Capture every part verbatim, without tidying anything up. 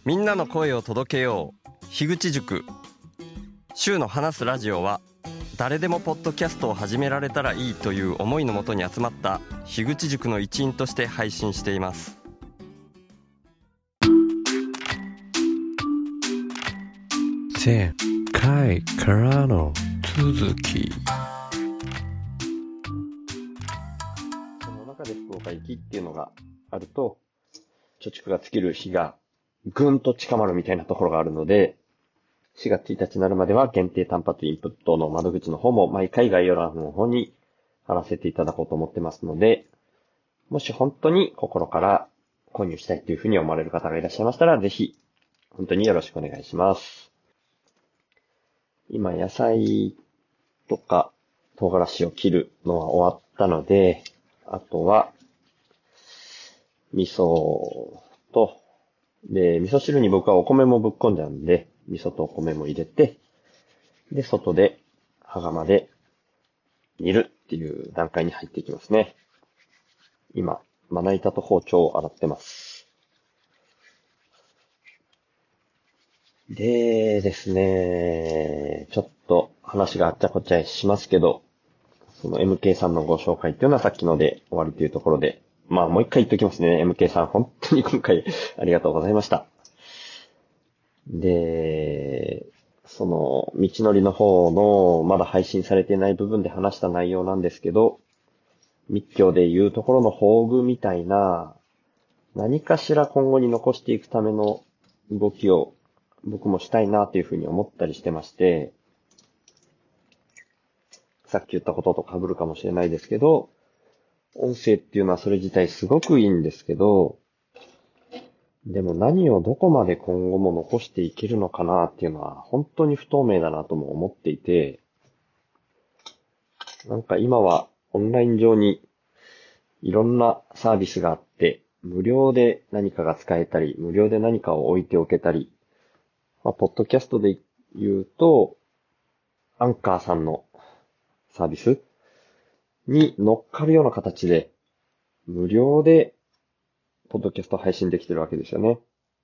みんなの声を届けよう。樋口塾。週の話すラジオは誰でもポッドキャストを始められたらいいという思いのもとに集まった樋口塾の一員として配信しています。 前回からの続き。 その中で福岡行きっていうのがあると、貯蓄が尽きる日がぐんと近まるみたいなところがあるので、しがつついたちになるまでは限定単発インプットの窓口の方も毎回概要欄の方に貼らせていただこうと思ってますので、もし本当に心から購入したいというふうに思われる方がいらっしゃいましたら、ぜひ本当によろしくお願いします。今野菜とか唐辛子を切るのは終わったので、あとは味噌と、で、味噌汁に僕はお米もぶっこんじゃうんで、味噌とお米も入れて、で、外で、羽釜で煮るっていう段階に入っていきますね。今、まな板と包丁を洗ってます。でですね、ちょっと話があっちゃこっちゃしますけど、その エムケー さんのご紹介っていうのはさっきので終わりというところで、まあもう一回言っておきますね。エムケー さん、本当に今回ありがとうございました。で、その道のりの方のまだ配信されていない部分で話した内容なんですけど、密教でいうところの法具みたいな何かしら今後に残していくための動きを僕もしたいなというふうに思ったりしてまして、さっき言ったことと被るかもしれないですけど、音声っていうのはそれ自体すごくいいんですけど、でも何をどこまで今後も残していけるのかなっていうのは本当に不透明だなとも思っていて、なんか今はオンライン上にいろんなサービスがあって、無料で何かが使えたり、無料で何かを置いておけたり、まあ、ポッドキャストで言うと、アンカーさんのサービスに乗っかるような形で、無料で、ポッドキャスト配信できてるわけですよね。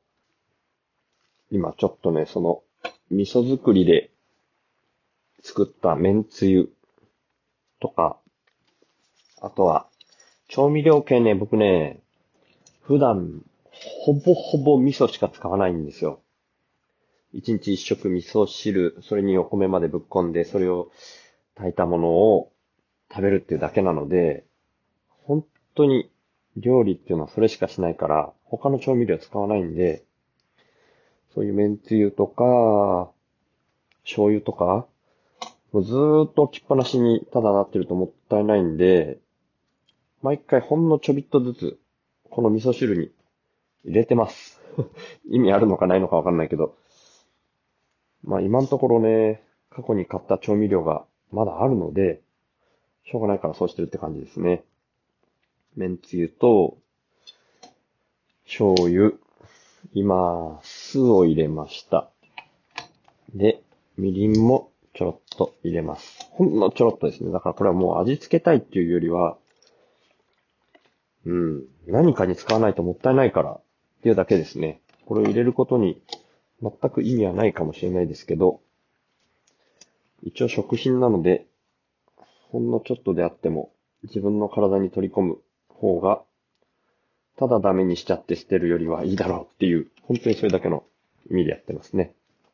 今ちょっとね、その、味噌作りで作った麺つゆとか、あとは、調味料系ね、僕ね、普段、ほぼほぼ味噌しか使わないんですよ。一日一食味噌汁、それにお米までぶっこんで、それを炊いたものを食べるっていうだけなので、本当に料理っていうのはそれしかしないから、他の調味料使わないんで、そういう麺つゆとか、醤油とか、もうずーっと置きっぱなしにただなってるともったいないんで、毎回ほんのちょびっとずつ、この味噌汁に入れてます。意味あるのかないのかわかんないけど。まあ今のところね、過去に買った調味料がまだあるので、しょうがないからそうしてるって感じですね。麺つゆと、醤油、今、酢を入れました。で、みりんもちょろっと入れます。ほんのちょろっとですね。だからこれはもう味付けたいっていうよりは、うん、何かに使わないともったいないからっていうだけですね。これを入れることに全く意味はないかもしれないですけど、一応食品なので、ほんのちょっとであっても自分の体に取り込む方が、ただダメにしちゃって捨てるよりはいいだろうっていう、本当にそれだけの意味でやってますね。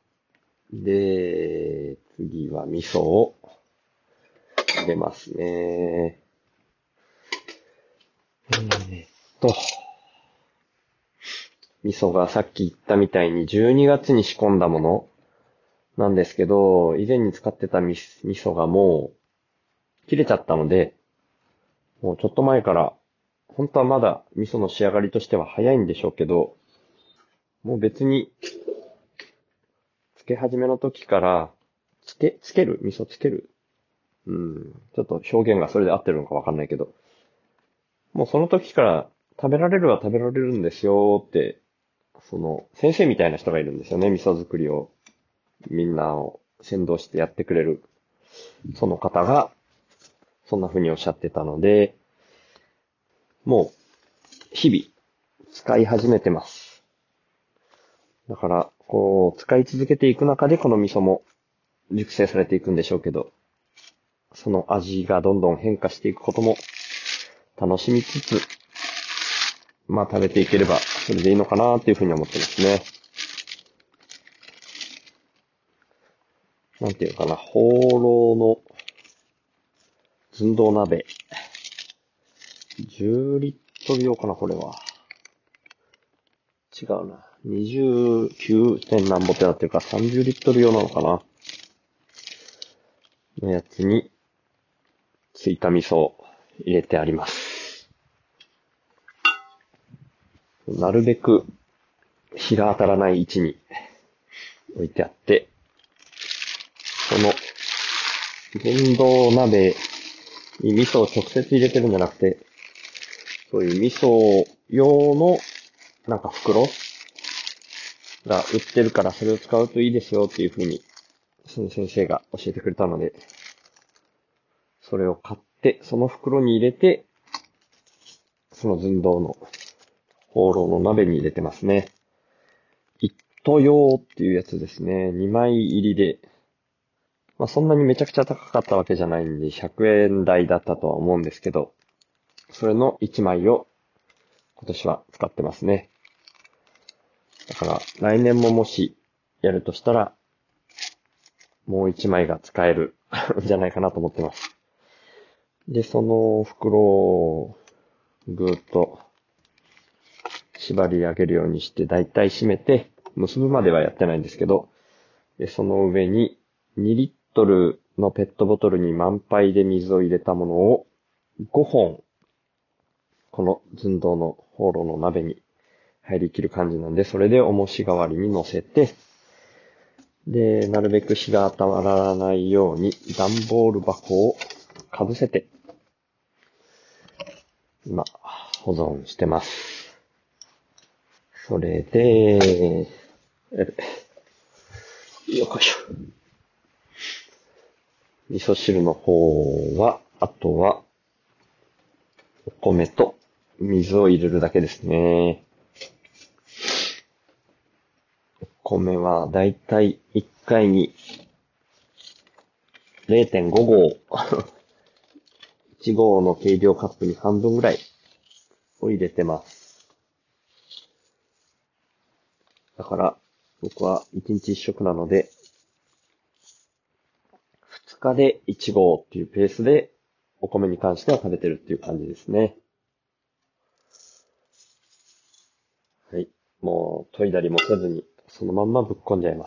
で、次は味噌を入れますね。えーっと、味噌がさっき言ったみたいにじゅうにがつに仕込んだものなんですけど、以前に使ってた味噌がもう切れちゃったので、もうちょっと前から、本当はまだ味噌の仕上がりとしては早いんでしょうけど、もう別に、つけ始めの時から、つけ、つける味噌つけるうん、ちょっと表現がそれで合ってるのかわかんないけど、もうその時から食べられるは食べられるんですよって、その先生みたいな人がいるんですよね、味噌作りをみんなを先導してやってくれる。その方が、そんな風におっしゃってたので、もう、日々、使い始めてます。 だから、こう、使い続けていく中でこの味噌も熟成されていくんでしょうけど、その味がどんどん変化していくことも楽しみつつ、まあ食べていければそれでいいのかなっていうふうに思ってますね。なんていうかな、ホーローの寸胴鍋。じゅうリットル用かな、これは。違うな。にじゅうきゅう. 点何ぼってなってるかさんじゅうリットル用なのかなのやつに追加味噌を入れてあります。なるべく日が当たらない位置に置いてあって、この寸胴鍋に味噌を直接入れてるんじゃなくて、そういう味噌用のなんか袋が売ってるからそれを使うといいですよっていう風にその先生が教えてくれたので、それを買ってその袋に入れて、その寸胴のホーローの鍋に入れてますね。一斗用っていうやつですね。にまい入りで、まあそんなにめちゃくちゃ高かったわけじゃないんでひゃくえん台だったとは思うんですけど、それのいちまいを今年は使ってますね。だから来年ももしやるとしたら、もういちまいが使えるんじゃないかなと思ってます。で、その袋をぐーっと縛り上げるようにしてだいたい締めて、結ぶまではやってないんですけど、でその上ににリットルのペットボトルに満杯で水を入れたものをごほん、この寸胴のホーローの鍋に入りきる感じなんで、それで重し代わりに乗せて、で、なるべく日が当たらないように段ボール箱をかぶせて、今、保存してます。それで、よいしょ。味噌汁の方は、あとは、お米と水を入れるだけですね。お米はだいたいいっかいに れいてんご 合。いち合の計量カップに半分ぐらいを入れてます。だから、僕はいちにちいっ食なので、ふつかでいち合っていうペースで、お米に関しては食べてるっていう感じですね。はい。もう、研いだりもせずに、そのまんまぶっこんじゃいます。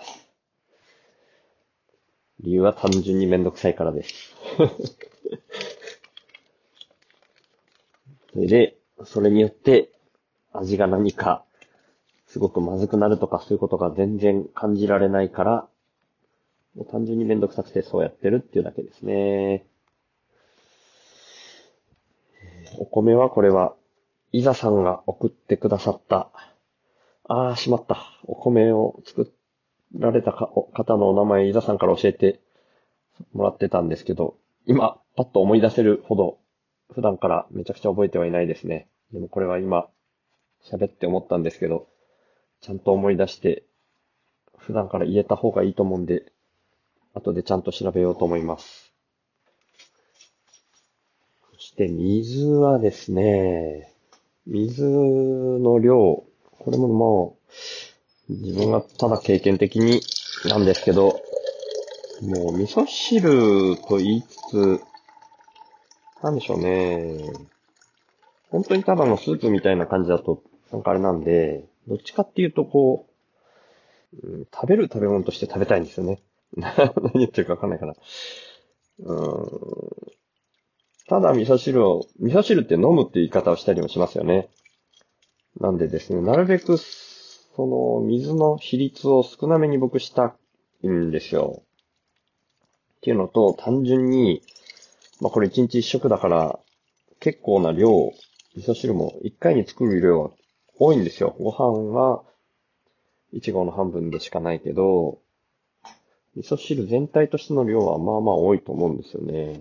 理由は単純にめんどくさいからです。それで、それによって、味が何か、すごくまずくなるとかそういうことが全然感じられないから、もう単純にめんどくさくてそうやってるっていうだけですね。お米はこれは、イザさんが送ってくださった、あーしまった。お米を作られたか方のお名前、イザさんから教えてもらってたんですけど、今、パッと思い出せるほど、普段からめちゃくちゃ覚えてはいないですね。でもこれは今、喋って思ったんですけど、ちゃんと思い出して、普段から言えた方がいいと思うんで、後でちゃんと調べようと思います。そして水はですね、水の量、これももう、自分がただ経験的になんですけど、もう味噌汁と言いつつ、なんでしょうね。本当にただのスープみたいな感じだと、なんかあれなんで、どっちかっていうとこう、うん、食べる食べ物として食べたいんですよね。何言ってるかわかんないかな。うーん、ただ味噌汁を、味噌汁って飲むっていう言い方をしたりもしますよね。なんでですね、なるべく、その、水の比率を少なめに僕したいんですよ。っていうのと、単純に、まあこれ一日一食だから、結構な量、味噌汁も一回に作る量は多いんですよ。ご飯はいち合の半分でしかないけど、味噌汁全体としての量はまあまあ多いと思うんですよね。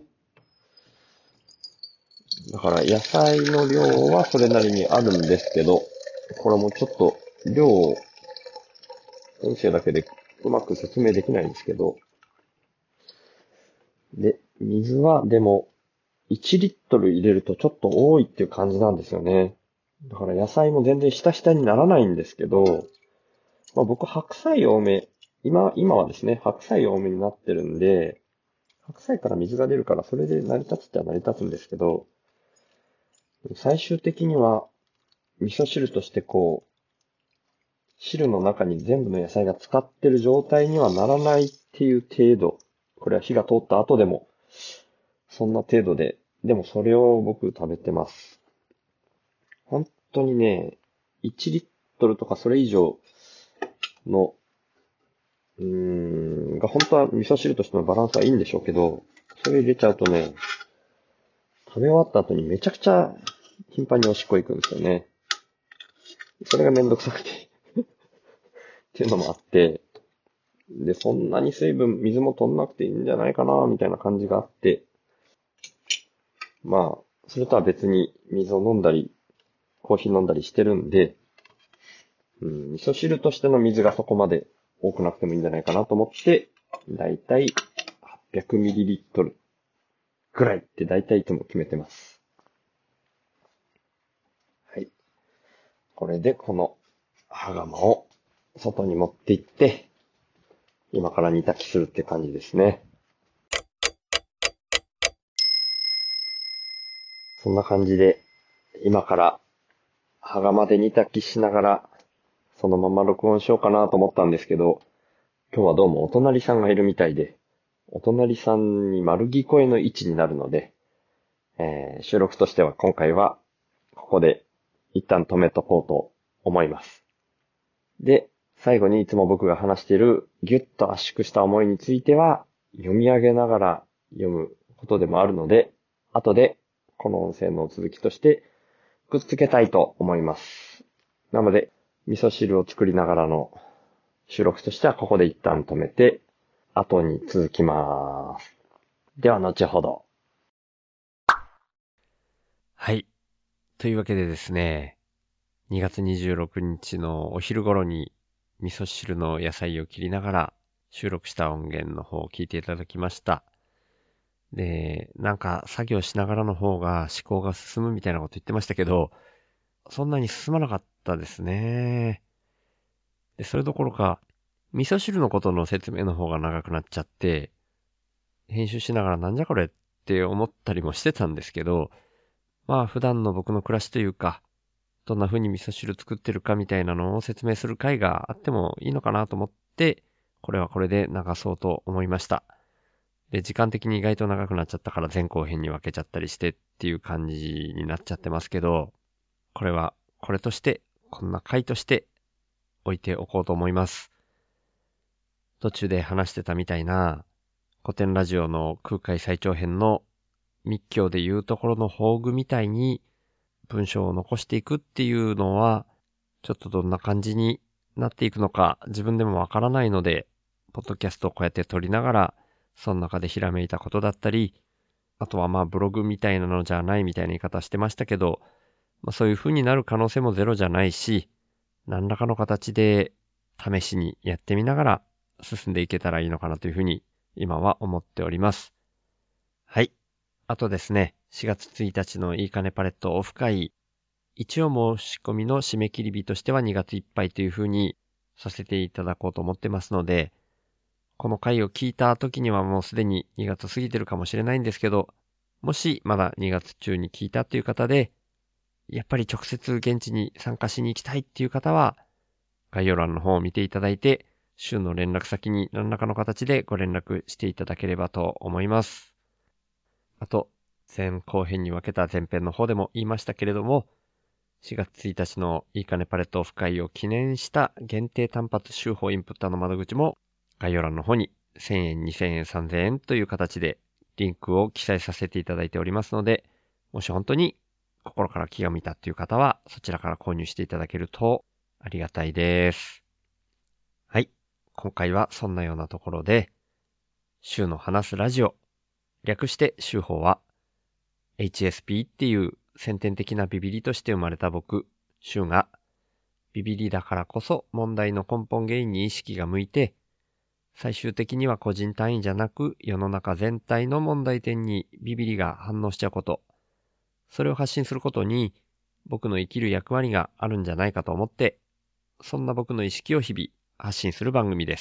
だから野菜の量はそれなりにあるんですけど、これもちょっと量を音声だけでうまく説明できないんですけど、で、水はでもいちリットル入れるとちょっと多いっていう感じなんですよね。だから野菜も全然ひたひたにならないんですけど、まあ、僕白菜多め、今、今はですね、白菜多めになってるんで、白菜から水が出るからそれで成り立つっては成り立つんですけど、最終的には味噌汁としてこう、汁の中に全部の野菜が浸かってる状態にはならないっていう程度。これは火が通った後でも、そんな程度で、でもそれを僕食べてます。本当にね、いちリットルとかそれ以上の、うーん、が本当は味噌汁としてのバランスはいいんでしょうけど、それ入れちゃうとね、食べ終わった後にめちゃくちゃ頻繁におしっこ行くんですよね。それがめんどくさくてっていうのもあって、で、そんなに水分、水も取んなくていいんじゃないかな、みたいな感じがあって、まあ、それとは別に水を飲んだり、コーヒー飲んだりしてるんで、うん、味噌汁としての水がそこまで多くなくてもいいんじゃないかなと思って、だいたいはっぴゃくミリリットルぐらいってだいたいいつも決めてます。はい。これでこの羽釜を外に持って行って、今から煮炊きするって感じですね。そんな感じで、今から羽釜で煮炊きしながら、そのまま録音しようかなと思ったんですけど、今日はどうもお隣さんがいるみたいで、お隣さんに丸聞こえの位置になるので、えー、収録としては今回はここで一旦止めとこうと思います。で、最後にいつも僕が話しているギュッと圧縮した思いについては読み上げながら読むことでもあるので、後でこの音声の続きとしてくっつけたいと思います。なので、味噌汁を作りながらの収録としてはここで一旦止めて、後に続きます。では後ほど。 はい。というわけでですね、にがつにじゅうろくにちのお昼頃に味噌汁の野菜を切りながら収録した音源の方を聞いていただきました。で、なんか作業しながらの方が思考が進むみたいなこと言ってましたけど、そんなに進まなかったですね。で、それどころか、味噌汁のことの説明の方が長くなっちゃって、編集しながらなんじゃこれって思ったりもしてたんですけど、まあ普段の僕の暮らしというか、どんな風に味噌汁作ってるかみたいなのを説明する回があってもいいのかなと思って、これはこれで流そうと思いました。で、時間的に意外と長くなっちゃったから前後編に分けちゃったりしてっていう感じになっちゃってますけど、これはこれとして、こんな回として置いておこうと思います。途中で話してたみたいな古典ラジオの空海最長編の密教でいうところの法具みたいに文章を残していくっていうのはちょっとどんな感じになっていくのか自分でもわからないので、ポッドキャストをこうやって撮りながらその中でひらめいたことだったり、あとはまあブログみたいなのじゃないみたいな言い方してましたけど、まあ、そういう風になる可能性もゼロじゃないし、何らかの形で試しにやってみながら進んでいけたらいいのかなというふうに今は思っております。はい。あとですね、しがつついたちのいいかねパレットオフ会、一応申し込みの締め切り日としてはにがついっぱいというふうにさせていただこうと思ってますので、この回を聞いた時にはもうすでににがつ過ぎてるかもしれないんですけど、もしまだにがつ中に聞いたという方で、やっぱり直接現地に参加しに行きたいっていう方は、概要欄の方を見ていただいて、週の連絡先に何らかの形でご連絡していただければと思います。あと、前後編に分けた前編の方でも言いましたけれども、しがつついたちのいいかねパレットオフ会を記念した限定単発週報インプッターの窓口も概要欄の方にせんえん、にせんえん、さんぜんえんという形でリンクを記載させていただいておりますので、もし本当に心から気が向いたという方はそちらから購入していただけるとありがたいです。はい。今回はそんなようなところで、週の話すラジオ、略して週報は、エイチエスピー っていう先天的なビビリとして生まれた僕、週が、 ビビりだからこそ問題の根本原因に意識が向いて、最終的には個人単位じゃなく世の中全体の問題点にビビりが反応しちゃうこと、それを発信することに僕の生きる役割があるんじゃないかと思って、そんな僕の意識を日々発信する番組です。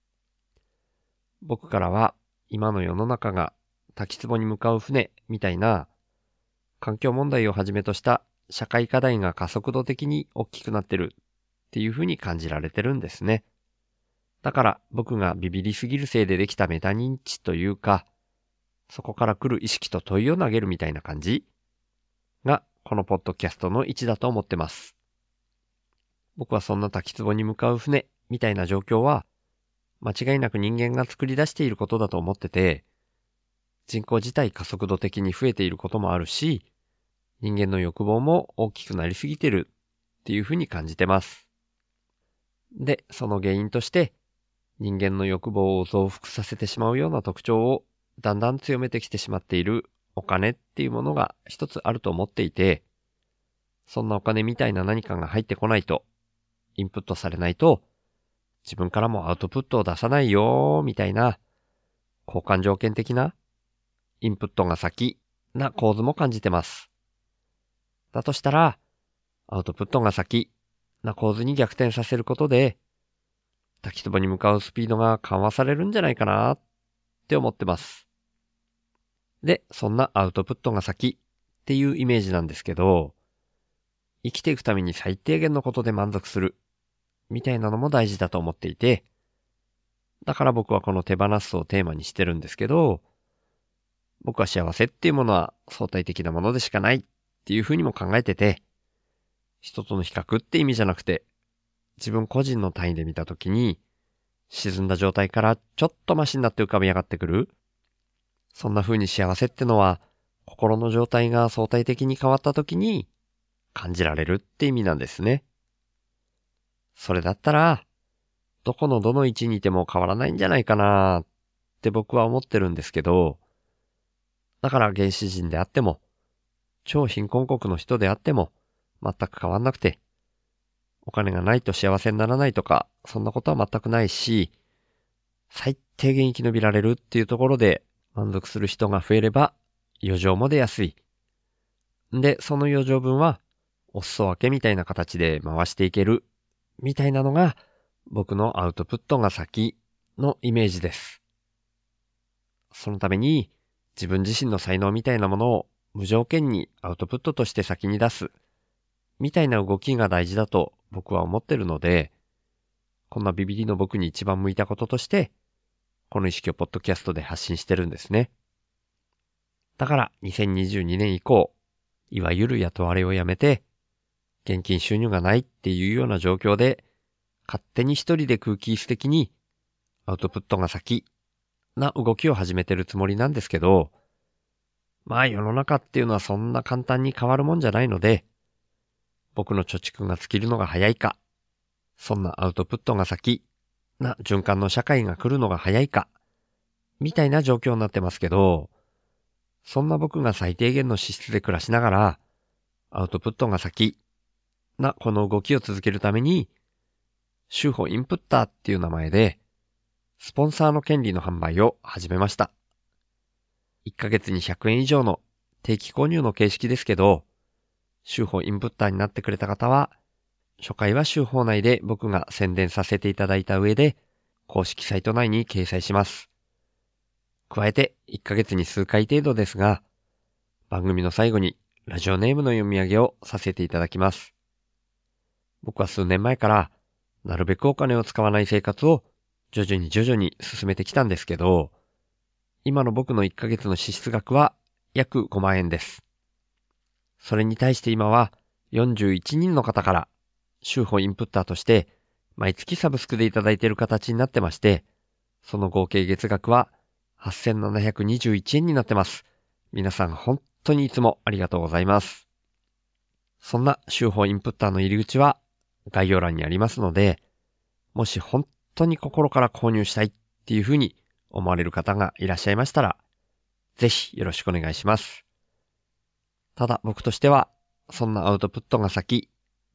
僕からは今の世の中が滝壺に向かう船みたいな環境問題をはじめとした社会課題が加速度的に大きくなってるっていうふうに感じられてるんですね。だから僕がビビりすぎるせいでできたメタ認知というか、そこから来る意識と問いを投げるみたいな感じがこのポッドキャストの位置だと思ってます。僕はそんな滝壺に向かう船みたいな状況は間違いなく人間が作り出していることだと思ってて、人口自体加速度的に増えていることもあるし、人間の欲望も大きくなりすぎてるっていうふうに感じてます。で、その原因として人間の欲望を増幅させてしまうような特徴をだんだん強めてきてしまっているお金っていうものが一つあると思っていて、そんなお金みたいな何かが入ってこないと、インプットされないと、自分からもアウトプットを出さないよーみたいな交換条件的なインプットが先な構図も感じてます。だとしたら、アウトプットが先な構図に逆転させることで、滝壺に向かうスピードが緩和されるんじゃないかなって思ってます。で、そんなアウトプットが先っていうイメージなんですけど、生きていくために最低限のことで満足するみたいなのも大事だと思っていて、だから僕はこの手放すをテーマにしてるんですけど、僕は幸せっていうものは相対的なものでしかないっていうふうにも考えてて、人との比較って意味じゃなくて、自分個人の単位で見たときに、沈んだ状態からちょっとマシになって浮かび上がってくる。そんな風に幸せってのは、心の状態が相対的に変わったときに感じられるって意味なんですね。それだったら、どこのどの位置にいても変わらないんじゃないかなって僕は思ってるんですけど、だから原始人であっても、超貧困国の人であっても、全く変わんなくて、お金がないと幸せにならないとか、そんなことは全くないし、最低限生き延びられるっていうところで満足する人が増えれば、余剰も出やすい。んで、その余剰分は、お裾分けみたいな形で回していける、みたいなのが、僕のアウトプットが先のイメージです。そのために、自分自身の才能みたいなものを無条件にアウトプットとして先に出す、みたいな動きが大事だと僕は思ってるので、こんなビビリの僕に一番向いたこととして、この意識をポッドキャストで発信してるんですね。だからにせんにじゅうにねん以降、いわゆる雇われをやめて、現金収入がないっていうような状況で、勝手に一人で空気質的にアウトプットが先な動きを始めてるつもりなんですけど、まあ世の中っていうのはそんな簡単に変わるもんじゃないので、僕の貯蓄が尽きるのが早いか、そんなアウトプットが先な循環の社会が来るのが早いか、みたいな状況になってますけど、そんな僕が最低限の資質で暮らしながら、アウトプットが先なこの動きを続けるために、週報インプッターっていう名前で、スポンサーの権利の販売を始めました。いっかげつにひゃくえん以上の定期購入の形式ですけど、週報インプッターになってくれた方は、初回は週報内で僕が宣伝させていただいた上で、公式サイト内に掲載します。加えて、いっかげつに数回程度ですが、番組の最後にラジオネームの読み上げをさせていただきます。僕は数年前から、なるべくお金を使わない生活を徐々に徐々に進めてきたんですけど、今の僕のいっかげつの支出額は約ごまんえんです。それに対して今はよんじゅういちにんの方から週報インプッターとして毎月サブスクでいただいている形になってまして、その合計月額ははっせんななひゃくにじゅういちえんになってます。皆さん本当にいつもありがとうございます。そんな週報インプッターの入り口は概要欄にありますので、もし本当に心から購入したいっていうふうに思われる方がいらっしゃいましたら、ぜひよろしくお願いします。ただ僕としては、そんなアウトプットが先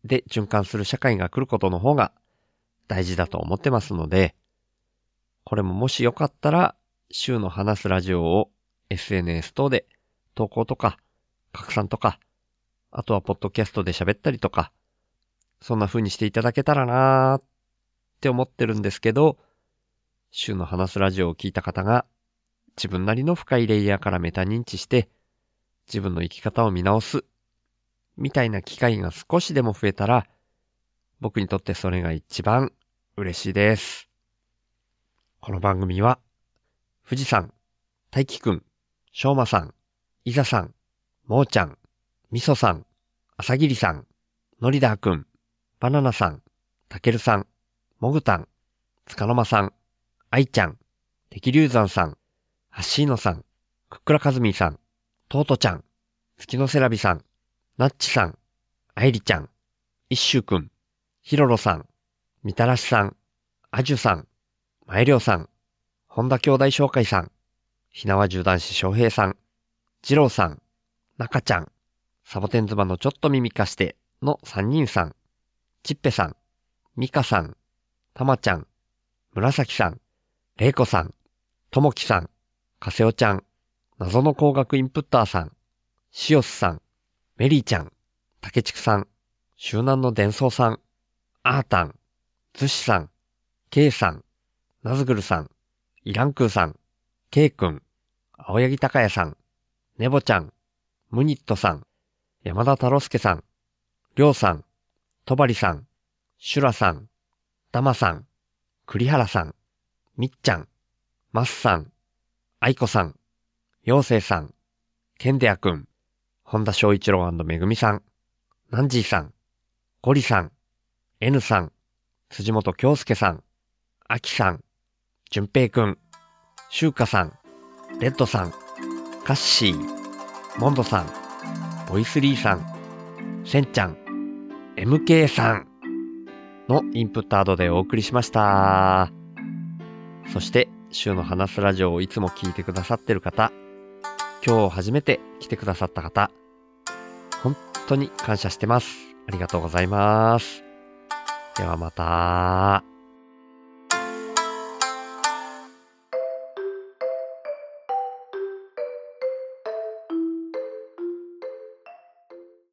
で循環する社会が来ることの方が大事だと思ってますので、これももしよかったら、週の話すラジオを エスエヌエス 等で投稿とか拡散とか、あとはポッドキャストで喋ったりとか、そんな風にしていただけたらなーって思ってるんですけど、週の話すラジオを聞いた方が自分なりの深いレイヤーからメタ認知して自分の生き方を見直すみたいな機会が少しでも増えたら、僕にとってそれが一番嬉しいです。この番組は富士山、大輝くん、しょうまさん、いざさん、もーちゃん、みそさん、あさぎりさん、のりだーくん、バナナさん、たけるさん、もぐたん、つかのまさん、あいちゃん、てきりゅうざんさん、はっしーのさん、くっくらかずみーさん、とうとちゃん、月のせらびさん、なっちさん、あいりちゃん、いっしゅうくん、ひろろさん、みたらしさん、あじゅさん、まえりょうさん、本田兄弟紹介さん、ひなわじゅう男子翔平さん、じろうさん、なかちゃん、サボテン妻のちょっと耳かしてのさんにんさん、ちっぺさん、みかさん、たまちゃん、むらさきさん、れいこさん、ともきさん、かせおちゃん、謎の工学インプッターさん、しおすさん、メリーちゃん、たけちくさん、周南の伝送さん、あーたん、ずしさん、けいさん、なずぐるさん、いらんくーさん、けいくん、青柳高也さん、ねぼちゃん、ムニットさん、山田太郎介さん、りょうさん、とばりさん、しゅらさん、たまさん、栗原さん、みっちゃん、まっさん、あいこさん、ようせいさん、けんでやくん、本田翔一郎&めぐみさん、ナンジーさん、ゴリさん、N さん、辻本京介さん、あきさん、じゅんぺいくん、しゅうかさん、レッドさん、カッシー、モンドさん、ボイスリーさん、センちゃん、エムケー さんのインプットアドでお送りしました。そして、週の話すラジオをいつも聞いてくださってる方、今日初めて来てくださった方、本当に感謝してます。ありがとうございます。ではまた。